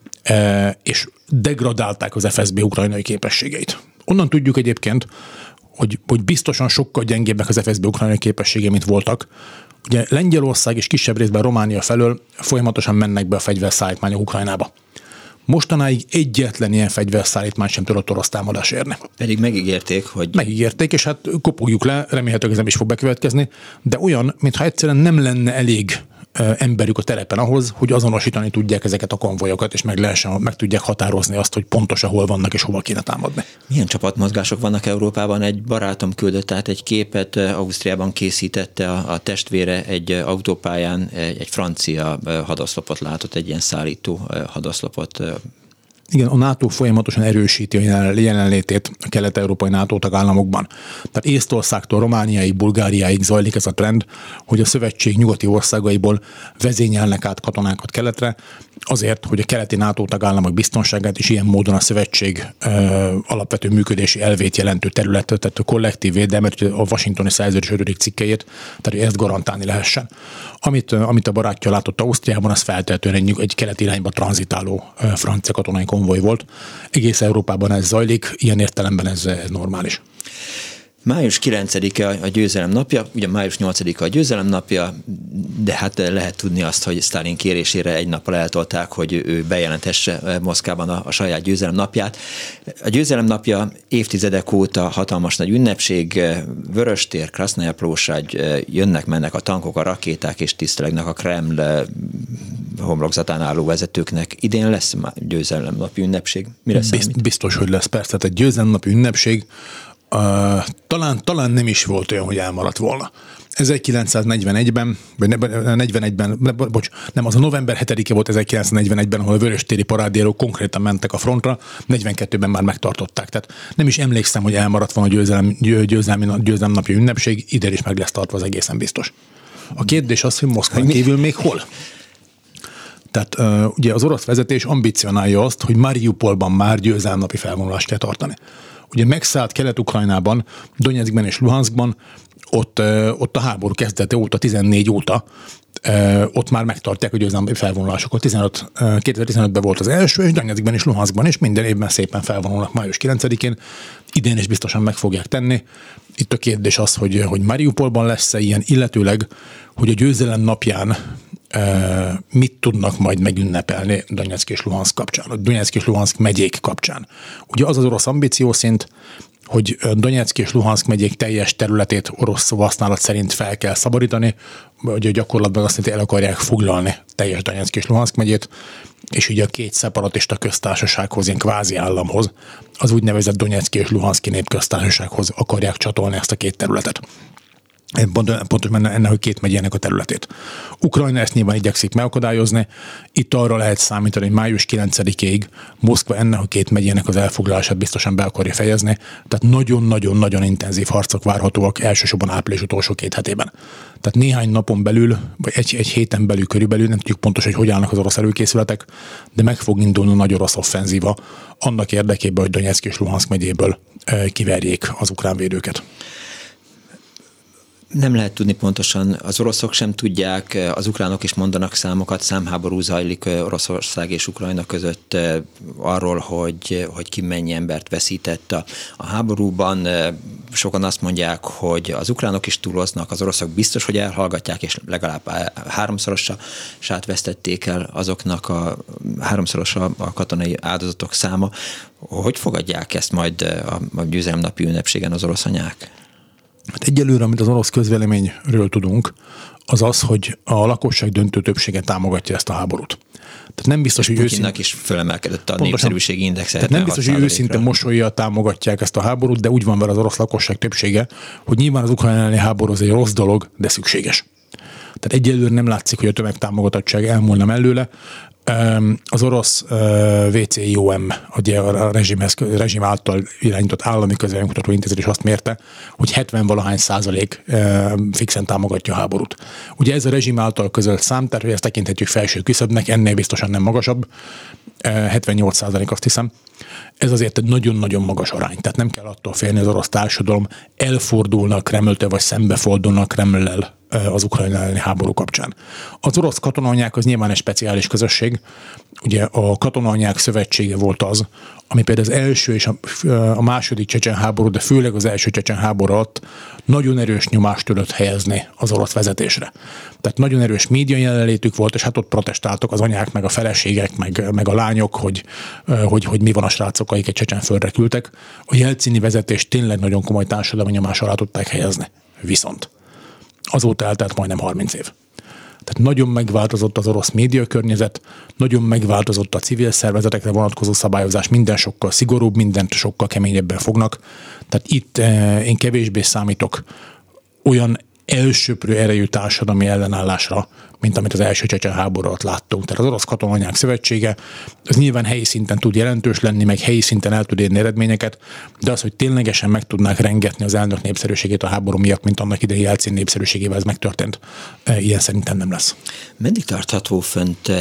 és degradálták az FSB ukrajnai képességeit. Onnan tudjuk egyébként, hogy biztosan sokkal gyengébbek az FSB ukrajnai képességei, mint voltak. Ugye Lengyelország és kisebb részben Románia felől folyamatosan mennek be a fegyverszállítmányok Ukrajnába. Mostanáig egyetlen ilyen fegyverszállítmány sem tudott orosz támadás érni. Pedig megígérték, hogy... Megígérték, és hát kopogjuk le, remélhetőleg ez nem is fog bekövetkezni, de olyan, mintha egyszerűen nem lenne elég emberük a terepen ahhoz, hogy azonosítani tudják ezeket a konvojokat, és meg tudják határozni azt, hogy pontosan hol vannak és hova kéne támadni. Milyen csapatmozgások vannak Európában? Egy barátom küldött át egy képet, Ausztriában készítette a testvére egy autópályán, egy francia hadoszlopot látott, egy ilyen szállító hadoszlopot. Igen, a NATO folyamatosan erősíti a jelenlétét a kelet-európai NATO tagállamokban. Tehát Észtországtól Romániáig, Bulgáriáig zajlik ez a trend, hogy a szövetség nyugati országaiból vezényelnek át katonákat keletre, azért, hogy a keleti NATO tagállamok biztonságát is ilyen módon a szövetség alapvető működési elvét jelentő területet, tehát a kollektív védelmet, a washingtoni szerződés 5. cikkelyét, tehát ezt garantálni lehessen. Amit a barátja látott Ausztriában, az feltétlenül egy keleti irányba tranzitáló francia katonai konvoj volt. Egész Európában ez zajlik, ilyen értelemben ez normális. Május 9-e a győzelem napja, ugye május 8-a a győzelem napja, de hát lehet tudni azt, hogy Sztálin kérésére egy nappal eltolták, hogy ő bejelentesse Moszkvában a saját győzelem napját. A győzelem napja évtizedek óta hatalmas nagy ünnepség, Vöröstér, Krasznaja Plósagy, jönnek-mennek a tankok, a rakéták és tisztelegnek a Kreml homlokzatán álló vezetőknek. Idén lesz győzelem napi ünnepség? Mire számít? Biztos, hogy lesz, persze. Tehát egy győzelem napi ünnepség talán nem is volt olyan, hogy elmaradt volna. 1941-ben, vagy 41-ben, az a november 7-e volt 1941-ben, ahol a vöröstéri parádérók konkrétan mentek a frontra, 42-ben már megtartották. Tehát nem is emlékszem, hogy elmaradt volna a győzelem napja ünnepség, ide is meg lesz tartva, az egészen biztos. A kérdés az, hogy Moszkván kívül még hol? Tehát ugye az orosz vezetés ambicionálja azt, hogy Mariupolban már győzelem-napi felvonulást kell tartani. Ugye megszállt Kelet-Ukrajnában, Donyeckben és Luhanskban, ott a háború kezdete óta, 14 óta, ott már megtartják a győzelmi felvonulásokat. 2015-ben volt az első, és Donyeckben és Luhanskban is minden évben szépen felvonulnak május 9-én. Idén is biztosan meg fogják tenni. Itt a kérdés az, hogy Mariupolban lesz-e ilyen, illetőleg, hogy a győzelem napján mit tudnak majd megünnepelni Donyeck és Luhansk kapcsán, a Donyeck és Luhansk megyék kapcsán. Ugye az orosz ambíciószint, hogy Donyeck és Luhansk megyék teljes területét orosz szavahasználat szerint fel kell szabadítani, vagy gyakorlatban azt jelenti, el akarják foglalni teljes Donyeck és Luhansk megyét, és ugye a két szeparatista köztársasághoz, ilyen kvázi államhoz, az úgynevezett Donyeck és Luhanszki népköztársasághoz akarják csatolni ezt a két területet. Pontosan ennek, hogy két megyének a területét. Ukrajna ezt nyilván igyekszik megakadályozni. Itt arra lehet számítani, hogy május 9-ig Moszkva ennek a két megyének az elfoglalását biztosan be akarja fejezni. Tehát nagyon-nagyon-nagyon intenzív harcok várhatóak elsősorban április utolsó 2 hetében. Tehát néhány napon belül, vagy egy héten belül körülbelül, nem tudjuk pontosan, hogy állnak az orosz előkészületek, de meg fog indulni a nagy orosz offenzíva annak érdekében, hogy Donyeck és Luhansk megyéből kiverjék az ukrán védőket. Nem lehet tudni pontosan, az oroszok sem tudják, az ukránok is mondanak számokat, számháború zajlik Oroszország és Ukrajna között arról, hogy ki mennyi embert veszített a háborúban. Sokan azt mondják, hogy az ukránok is túloznak, az oroszok biztos, hogy elhallgatják, és legalább 3-szorosát vesztették el azoknak háromszoros a katonai áldozatok száma. Hogy fogadják ezt majd a győzelemnapi ünnepségen az orosz anyák? Hát egyelőre, amit az orosz közvéleményről tudunk, az az, hogy a lakosság döntő többsége támogatja ezt a háborút. Tehát nem biztos, hogy Putyinnak is fölemelkedett a népszerűségi index. Tehát nem biztos, hogy őszintén mosollyal támogatják ezt a háborút, de úgy van vele az orosz lakosság többsége, hogy nyilván az ukrajna elleni háború az egy rossz dolog, de szükséges. Tehát egyelőre nem látszik, hogy a tömegtámogatottság elmúlna mellőle. Az orosz VCIOM, a rezsim által irányított állami közvéleménykutató intézet is azt mérte, hogy 70% fixen támogatja a háborút. Ugye ez a rezsim által közölt szám, tehát hogy ezt tekinthetjük felső küszöbnek, ennél biztosan nem magasabb, 78% azt hiszem. Ez azért egy nagyon-nagyon magas arány, tehát nem kell attól félni, az orosz társadalom elfordulnak Kremltől, vagy szembefordulnak Kremllel az ukrajna elleni háború kapcsán. Az orosz katonaanyák az nyilván egy speciális közösség. Ugye a katonaanyák szövetsége volt az, ami például az első és a második csecsen háború, de főleg az első csecsen háború alatt nagyon erős nyomást tudott helyezni az orosz vezetésre. Tehát nagyon erős média jelenlétük volt, és hát ott protestáltak az anyák, meg a feleségek, meg a lányok, hogy mi van a srácok, akiket Csecsenföldre küldtek. A jelcini vezetés tényleg nagyon komoly társadalmi nyomás alá tudták helyezni. Viszont azóta eltelt majdnem 30 év. Tehát nagyon megváltozott az orosz médiakörnyezet, nagyon megváltozott a civil szervezetekre vonatkozó szabályozás, minden sokkal szigorúbb, mindent sokkal keményebben fognak. Tehát itt én kevésbé számítok olyan elsöprő erejű társadalmi ellenállásra, mint amit az első csecsen háború alatt láttunk. Tehát az Orosz Katonanyák Szövetsége, az nyilván helyi szinten tud jelentős lenni, meg helyi szinten el tud érni eredményeket, de az, hogy ténylegesen meg tudnák rengetni az elnök népszerűségét a háború miatt, mint annak idején Jelcin népszerűségével ez megtörtént, ilyen szerintem nem lesz. Meddig tartható fönt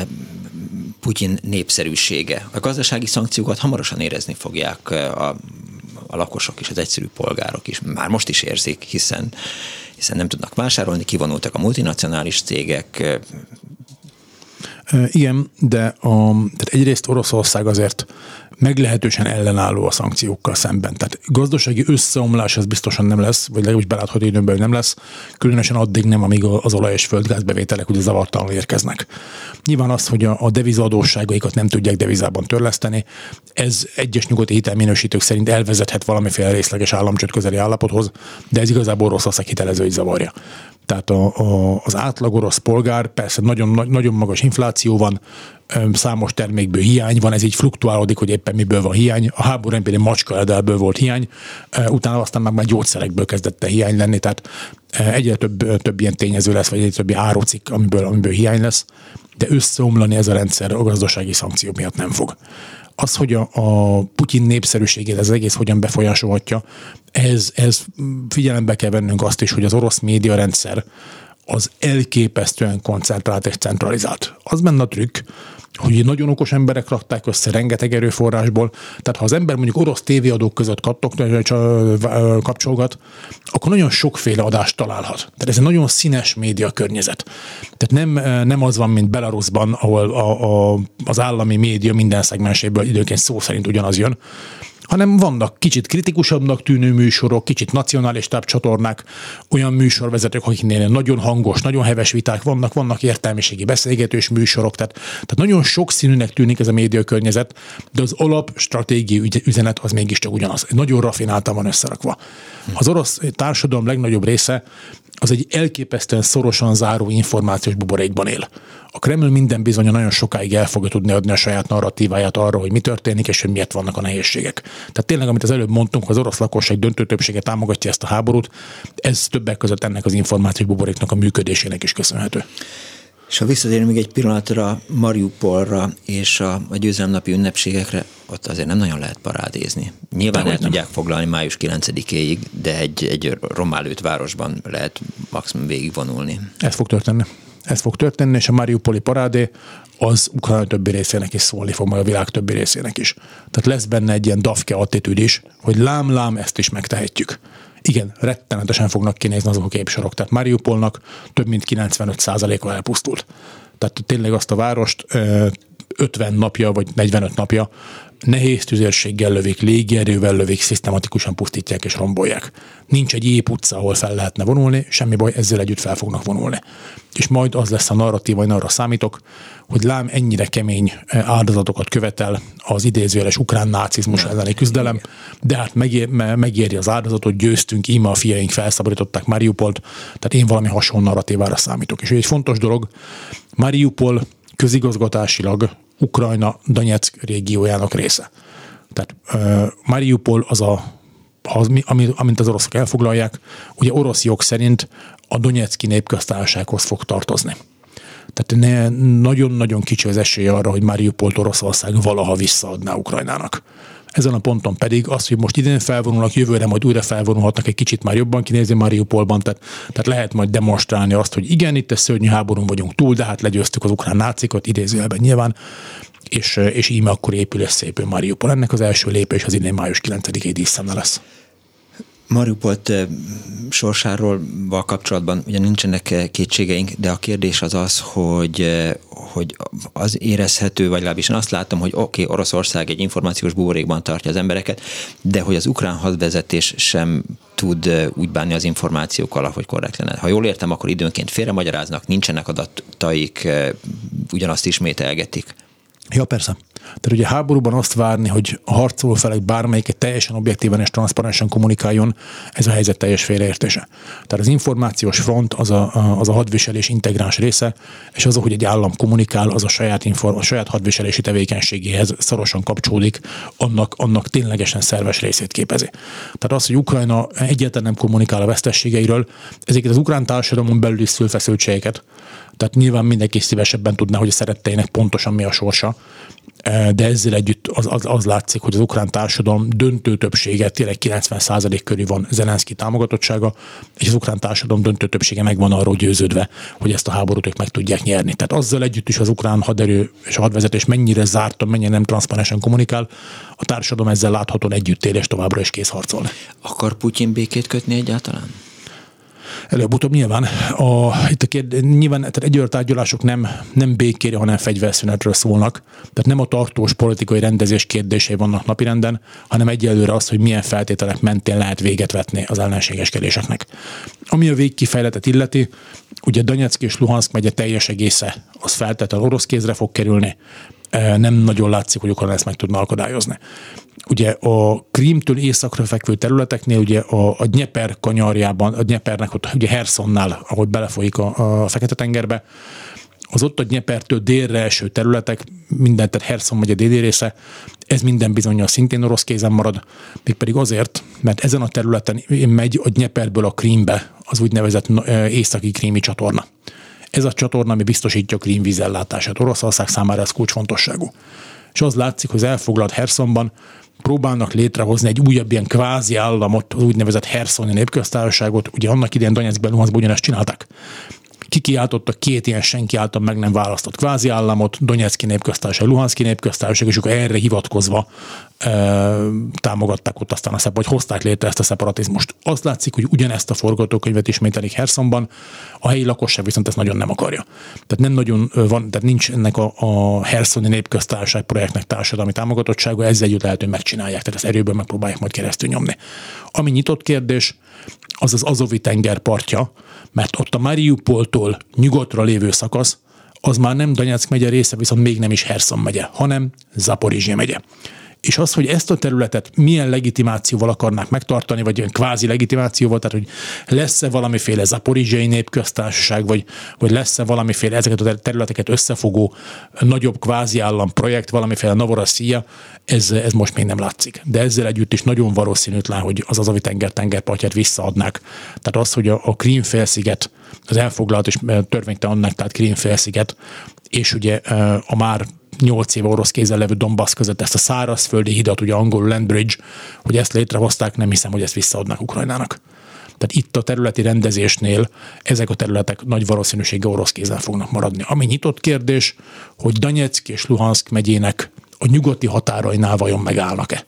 Putyin népszerűsége? A gazdasági szankciókat hamarosan érezni fogják a lakosok és az egyszerű polgárok is. Már most is érzik, hiszen nem tudnak vásárolni, kivonultak a multinacionális cégek. Igen, de tehát egyrészt Oroszország azért meglehetősen ellenálló a szankciókkal szemben. Tehát gazdasági összeomlás ez biztosan nem lesz, vagy legalábbis belátható időben nem lesz, különösen addig nem, amíg az olaj- és földgázbevételek ugye zavartalanul érkeznek. Nyilván az, hogy a devizaadósságaikat nem tudják devizában törleszteni, ez egyes nyugati hitelminősítők szerint elvezethet valamiféle részleges államcsőd közeli állapothoz, de ez igazából Oroszország hitelezőit zavarja. Tehát az átlag orosz polgár, persze nagyon magas infláció van, számos termékből hiány van, ez így fluktuálódik, hogy éppen miből van hiány. A háború például macskaedelből volt hiány, utána aztán már gyógyszerekből kezdett el hiány lenni, tehát egyre több ilyen tényező lesz, vagy egyre többi árucikk, amiből hiány lesz, de összeomlani ez a rendszer a gazdasági szankciók miatt nem fog. Az, hogy a Putyin népszerűségét ez egész hogyan befolyásolhatja, ez figyelembe kell vennünk azt is, hogy az orosz médiarendszer az elképesztően koncentrált és centralizált. Az benne a trükk, hogy nagyon okos emberek rakták össze rengeteg erőforrásból, tehát ha az ember mondjuk orosz tévéadók között kapcsolgat, akkor nagyon sokféle adást találhat. Tehát ez egy nagyon színes média környezet. Tehát nem az van, mint Belarusban, ahol az állami média minden szegmenséből időnként szó szerint ugyanaz jön, hanem vannak kicsit kritikusabbnak tűnő műsorok, kicsit nacionalistább csatornák, olyan műsorvezetők, akiknél nagyon hangos, nagyon heves viták vannak értelmiségi beszélgetős műsorok, tehát nagyon sokszínűnek tűnik ez a médiakörnyezet, de az alap stratégiai üzenet az mégiscsak ugyanaz. Nagyon rafináltan van összerakva. Az orosz társadalom legnagyobb része az egy elképesztően szorosan záró információs buborékban él. A Kreml minden bizonnyal nagyon sokáig el fogja tudni adni a saját narratíváját arra, hogy mi történik, és hogy miért vannak a nehézségek. Tehát tényleg, amit az előbb mondtunk, az orosz lakosság döntő többsége támogatja ezt a háborút, ez többek között ennek az információs buboréknak a működésének is köszönhető. És ha visszatérünk még egy pillanatra Mariupolra és a győzelemnapi ünnepségekre, ott azért nem nagyon lehet parádézni. Nyilván el tudják foglalni május 9-éig, de egy rommá-lőtt városban lehet maximum végigvonulni. Ez fog történni, és a mariupoli parádé az Ukrajna többi részének is szólni fog, meg a világ többi részének is. Tehát lesz benne egy ilyen dafke attitűd is, hogy lám, ezt is megtehetjük. Igen, rettenetesen fognak kinézni azok a képsorok. Tehát Mariupolnak több mint 95%-a elpusztult. Tehát tényleg azt a várost 50 napja vagy 45 napja nehéz tüzérséggel lövik, légierővel lövik, szisztematikusan pusztítják és rombolják. Nincs egy ép utca, ahol fel lehetne vonulni, semmi baj, ezzel együtt fel fognak vonulni. És majd az lesz a narratíva, én arra számítok, hogy lám ennyire kemény áldozatokat követel az idézőjeles ukrán nácizmus elleni küzdelem, de hát megéri az áldozatot, győztünk, íme a fiaink felszabadították Mariupolt, tehát én valami hasonló narratívára számítok. És egy fontos dolog, Mariupol közigazgatásilag Ukrajna Donyeck régiójának része. Tehát Mariupol amint az oroszok elfoglalják, ugye orosz jog szerint a Donyecky népköztársasághoz fog tartozni. Tehát nagyon-nagyon kicsi az esélye arra, hogy Mariupolt Oroszország valaha visszaadná Ukrajnának. Ezen a ponton pedig az, hogy most idén felvonulnak, jövőre majd újra felvonulhatnak, egy kicsit már jobban kinézni Mariupolban, tehát lehet majd demonstrálni azt, hogy igen, itt egy szörnyű háborún vagyunk túl, de hát legyőztük az ukrán nácikat, idézőjelben nyilván, és íme akkor épül szépen Mariupol. Ennek az első lépés az idén május 9-i díszszemle lesz. Mariupolt sorsáról kapcsolatban ugye nincsenek kétségeink, de a kérdés az, hogy az érezhető, vagy legalábbis én azt látom, hogy oké, Oroszország egy információs buborékban tartja az embereket, de hogy az ukrán hadvezetés sem tud úgy bánni az információkkal, ahogy korrekt lenne. Ha jól értem, akkor időnként félremagyaráznak, nincsenek adataik, ugyanazt ismételgetik. Ja, persze. Tehát ugye háborúban azt várni, hogy a harcoló felek bármelyiket teljesen objektíven és transzparensen kommunikáljon, ez a helyzet teljes félreértése. Tehát az információs front az a hadviselés integráns része, és az, hogy egy állam kommunikál, az a saját hadviselési tevékenységéhez szorosan kapcsolódik, annak ténylegesen szerves részét képezi. Tehát az, hogy Ukrajna egyáltalán nem kommunikál a vesztességeiről, ezeket az ukrán társadalmon belül is szül feszültségeket. Tehát nyilván mindenki szívesebben tudná, hogy a szeretteinek pontosan mi a sorsa, de ezzel együtt az látszik, hogy az ukrán társadalom döntő többsége, tényleg 90% körül van Zelenszky támogatottsága, és az ukrán társadalom döntő többsége megvan arról győződve, hogy ezt a háborút ők meg tudják nyerni. Tehát azzal együtt is az ukrán haderő és a hadvezetés mennyire zártan, mennyire nem transzparensen kommunikál, a társadalom ezzel láthatóan együtt él és továbbra is kész harcolni. Akar Putyin békét kötni egyáltalán? Előbb-utóbb nyilván. Nyilván tehát egyelőre tárgyalások nem békére, hanem fegyverszünetről szólnak. Tehát nem a tartós politikai rendezés kérdései vannak napirenden, hanem egyelőre az, hogy milyen feltételek mentén lehet véget vetni az ellenségeskedéseknek. Ami a végkifejletet illeti, ugye Donyeck és Luhanszk megye teljes egésze az feltétlenül orosz kézre fog kerülni. Nem nagyon látszik, hogy Ukrajna ezt meg tudna akadályozni. Ugye a Krímtől északra fekvő területeknél, ugye a Dnyeper kanyarjában, a Dnyepernek ott ugye Hersonnál, ahogy belefolyik a Fekete-tengerbe, az ott a Dnyepertől délre eső területek, minden, tehát Herson megye déli része, ez minden bizonnyal szintén orosz kézen marad, mégpedig azért, mert ezen a területen megy a Dnyeperből a Krímbe az úgynevezett északi krími csatorna. Ez a csatorna, ami biztosítja a Krím vízellátását. Oroszország számára ez kulcsfontosságú. És az látszik, hogy az elfoglalt Hersonban próbálnak létrehozni egy újabb ilyen kvázi államot, az úgynevezett Hersoni népköztársaságot. Ugye annak idején Donyeckben, Luhanszkban ugyanezt csinálták. Kikiáltottak két ilyen senki által meg nem választott kvázi államot, Donyecky népköztársaság, Luhanszki népköztársaság, és akkor erre hivatkozva támogatták ott aztán vagy hozták létre ezt a szeparatizmust. Azt látszik, hogy ugyanezt a forgatókönyvet ismételik Hersonban, a helyi lakosság viszont ezt nagyon nem akarja. Tehát nem nagyon van, tehát nincs ennek a Hersoni népköztársaság projektnek társadalmi támogatottsága, ezzel együtt lehet, hogy megcsinálják, tehát ezt erőből megpróbálják majd keresztül nyomni. Ami nyitott kérdés, az Azovi tenger partja, mert ott a Mariupoltól nyugatra lévő szakasz, az már nem Donyeck megye része, viszont még nem is Herson megye, hanem Zaporizsje megye. És az, hogy ezt a területet milyen legitimációval akarnák megtartani, vagy olyan kvázi legitimációval, tehát hogy lesz-e valamiféle zaporizsjai népköztársaság, vagy lesz-e valamiféle ezeket a területeket összefogó nagyobb kvázi állam projekt, valamiféle Novorosszija, ez most még nem látszik. De ezzel együtt is nagyon valószínűtlen, hogy az Azovi tengerpartját visszaadnák. Tehát az, hogy a Krím-félsziget, az elfoglalt és törvénytelennek, tehát Krím-félsziget, és ugye a már 8 éve orosz kézzel levő Donbass között ezt a szárazföldi hidat, ugye angolul Land Bridge, hogy ezt létrehozták, nem hiszem, hogy ezt visszaadnak Ukrajnának. Tehát itt a területi rendezésnél ezek a területek nagy valószínűséggel orosz kézen fognak maradni. Ami nyitott kérdés, hogy Donyeck és Luhanszk megyének a nyugati határainál vajon megállnak-e.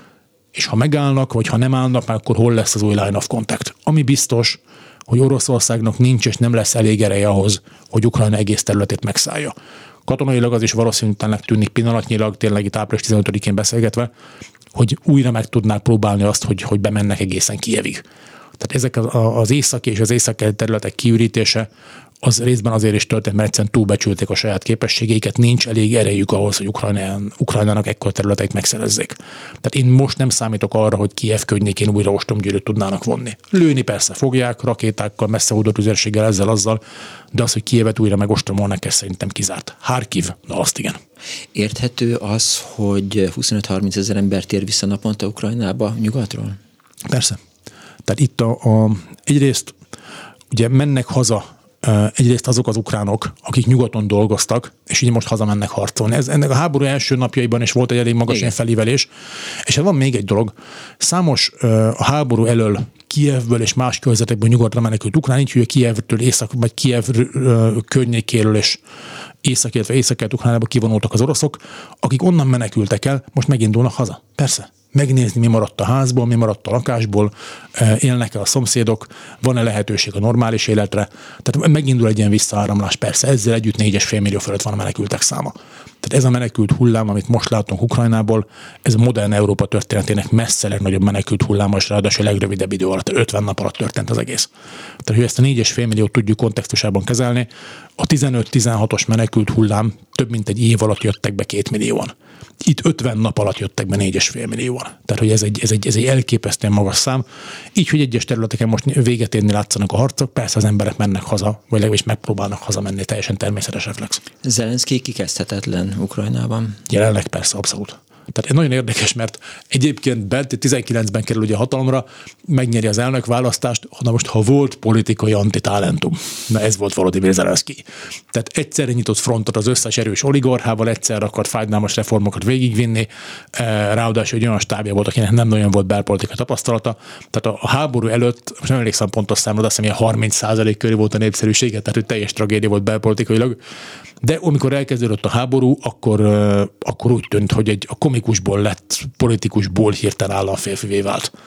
És ha megállnak, vagy ha nem állnak meg, akkor hol lesz az új line of contact. Ami biztos, hogy Oroszországnak nincs és nem lesz elég ereje ahhoz, hogy Ukrajna egész területét megszállja. Katonailag az is valószínűtlennek tűnik pillanatnyilag, tényleg itt április 15-én beszélgetve, hogy újra meg tudnák próbálni azt, hogy bemennek egészen Kijevig. Tehát ezek az északi és az északi területek kiürítése az részben azért is történt, mert egyszerűen túlbecsülték a saját képességeiket, nincs elég erejük ahhoz, hogy Ukrajnának ekkor területeit megszerezzék. Tehát én most nem számítok arra, hogy Kijev környékén újra ostromgyűrűt tudnának vonni. Lőni persze fogják, rakétákkal, messzehúzó tüzérséggel, ezzel-azzal, de az, hogy Kijevet újra megostromolnak, ez szerintem kizárt. Harkiv, na azt igen. Érthető az, hogy 25-30 ezer ember tér vissza naponta Ukrajnába nyugatról? Persze. Tehát itt egyrészt ugye mennek haza egyrészt azok az ukránok, akik nyugaton dolgoztak, és így most hazamennek harcolni. Ennek a háború első napjaiban is volt egy elég magas ilyen felívelés. És van még egy dolog. Számos a háború elől Kijevből és más körzetekből nyugatra menekült ukrán, így hogy Kijevtől vagy Kijev környékéről és észak-kelet-ukrajnába kivonultak az oroszok, akik onnan menekültek el, most megindulnak haza. Persze. Megnézni, mi maradt a házból, mi maradt a lakásból, élnek-e a szomszédok, van-e lehetőség a normális életre. Tehát megindul egy ilyen visszaáramlás, persze, ezzel együtt 4,5 millió fölött van a menekültek száma. Tehát ez a menekült hullám, amit most látunk Ukrajnából, ez a modern Európa történetének messze legnagyobb menekült hulláma, és ráadásul a legrövidebb idő alatt, 50 nap alatt történt az egész. Tehát, hogy ezt a 4,5 milliót tudjuk kontextusában kezelni, a 15-16-os menekült hullám több mint egy év alatt jöttek be 2 millióan. Itt 50 nap alatt jöttek be 4,5 millióan. Tehát, hogy ez egy elképesztően magas szám. Így, hogy egyes területeken most véget érni látszanak a harcok, persze az emberek mennek haza, vagy legalábbis megpróbálnak hazamenni, teljesen természetes reflex. Zelenszky kikezdhetetlen Ukrajnában? Jelenleg persze, abszolút. Tehát ez nagyon érdekes, mert egyébként 19-ben kerül ugye hatalomra, megnyeri az elnökválasztást, na most ha volt politikai antitalentum, na ez volt Volodymyr Zelenszky. Tehát egyszerre nyitott frontot az összes erős oligarchával, egyszerre akart fájdalmas reformokat végigvinni, ráadásul egy olyan stábja volt, akinek nem nagyon volt belpolitikai tapasztalata. Tehát a háború előtt, most nem emlékszem pontos számra, de azt hiszem, 30% körül volt a népszerűsége, tehát hogy teljes tragédia volt belpolitikailag. De amikor elkezdődött a háború, akkor úgy tűnt, hogy a komikusból lett politikusból hirtelen államférfivé vált.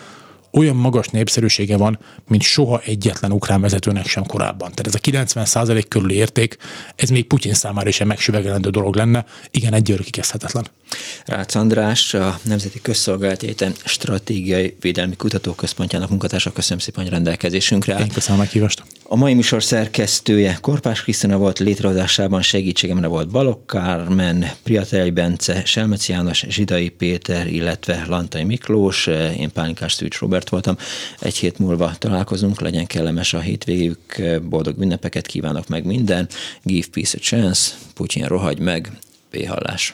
olyan magas népszerűsége van, mint soha egyetlen ukrán vezetőnek sem korábban. Tehát ez a 90% körüli érték, ez még Putyin számára is egy megsüvegelendő dolog lenne. Igen, egyelőre kikezdhetetlen. Rácz András, a Nemzeti Közszolgálati Egyetem Stratégiai Védelmi Kutatóközpontjának munkatársa, köszönöm szépen, hogy rendelkezésünkre áll. Én köszönöm a meghívást. A mai műsor szerkesztője Korpás Krisztina volt, létrehozásában segítségemre volt Balogh Kármen, Priatelj Bence, Selmeci János, Zsidai Péter, illetve Lantai Miklós, én Pálinkás Szűcs Robert voltam. Egy hét múlva találkozunk, legyen kellemes a hétvégük, boldog ünnepeket kívánok meg minden. Give peace a chance, Putyin rohagy meg, P-hallás.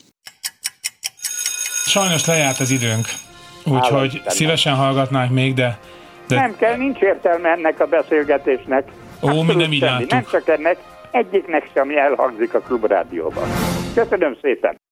Sajnos lejárt az időnk, úgyhogy szívesen hallgatnánk még, de... Nem kell, nincs értelme ennek a beszélgetésnek. Ó, mi nem így láttuk. Nem csak ennek, egyiknek sem elhangzik a Klubrádióban. Köszönöm szépen!